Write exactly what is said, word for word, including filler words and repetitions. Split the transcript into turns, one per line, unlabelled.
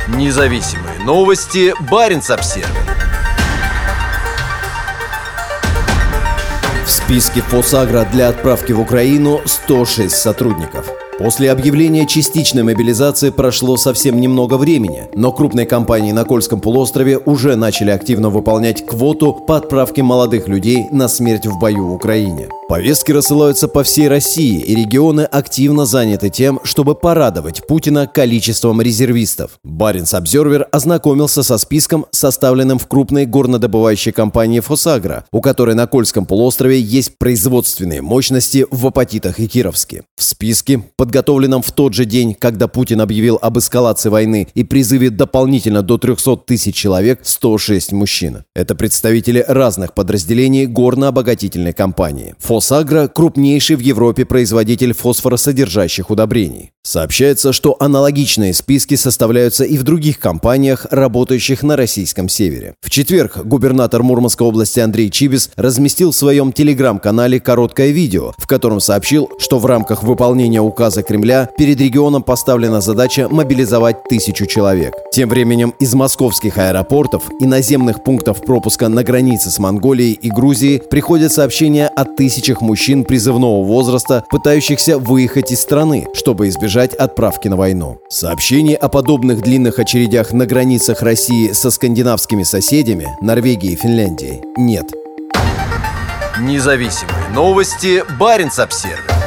Независимые новости. Баренц-Обсервис.
В списке Фосагро для отправки в Украину сто шесть сотрудников. После объявления частичной мобилизации прошло совсем немного времени, но крупные компании на Кольском полуострове уже начали активно выполнять квоту по отправке молодых людей на смерть в бою в Украине. Повестки рассылаются по всей России, и регионы активно заняты тем, чтобы порадовать Путина количеством резервистов. Баренц-Обсервис ознакомился со списком, составленным в крупной горнодобывающей компании Фосагро, у которой на Кольском полуострове есть производственные мощности в Апатитах и Кировске. В списке, подготовленном в тот же день, когда Путин объявил об эскалации войны и призыве дополнительно до трехсот тысяч человек, сто шесть мужчин. Это представители разных подразделений горно-обогатительной компании. Фосагро – крупнейший в Европе производитель фосфоросодержащих удобрений. Сообщается, что аналогичные списки составляются и в других компаниях, работающих на российском севере. В четверг губернатор Мурманской области Андрей Чибис разместил в своем телеграм-канале короткое видео, в котором сообщил, что в рамках выполнения указа Кремля перед регионом поставлена задача мобилизовать тысячу человек. Тем временем из московских аэропортов и наземных пунктов пропуска на границе с Монголией и Грузией приходят сообщения о тысячах мужчин призывного возраста, пытающихся выехать из страны, чтобы избежать отправки на войну. Сообщений о подобных длинных очередях на границах России со скандинавскими соседями, Норвегией и Финляндией, нет.
Независимые новости. Баренц-Обсервис.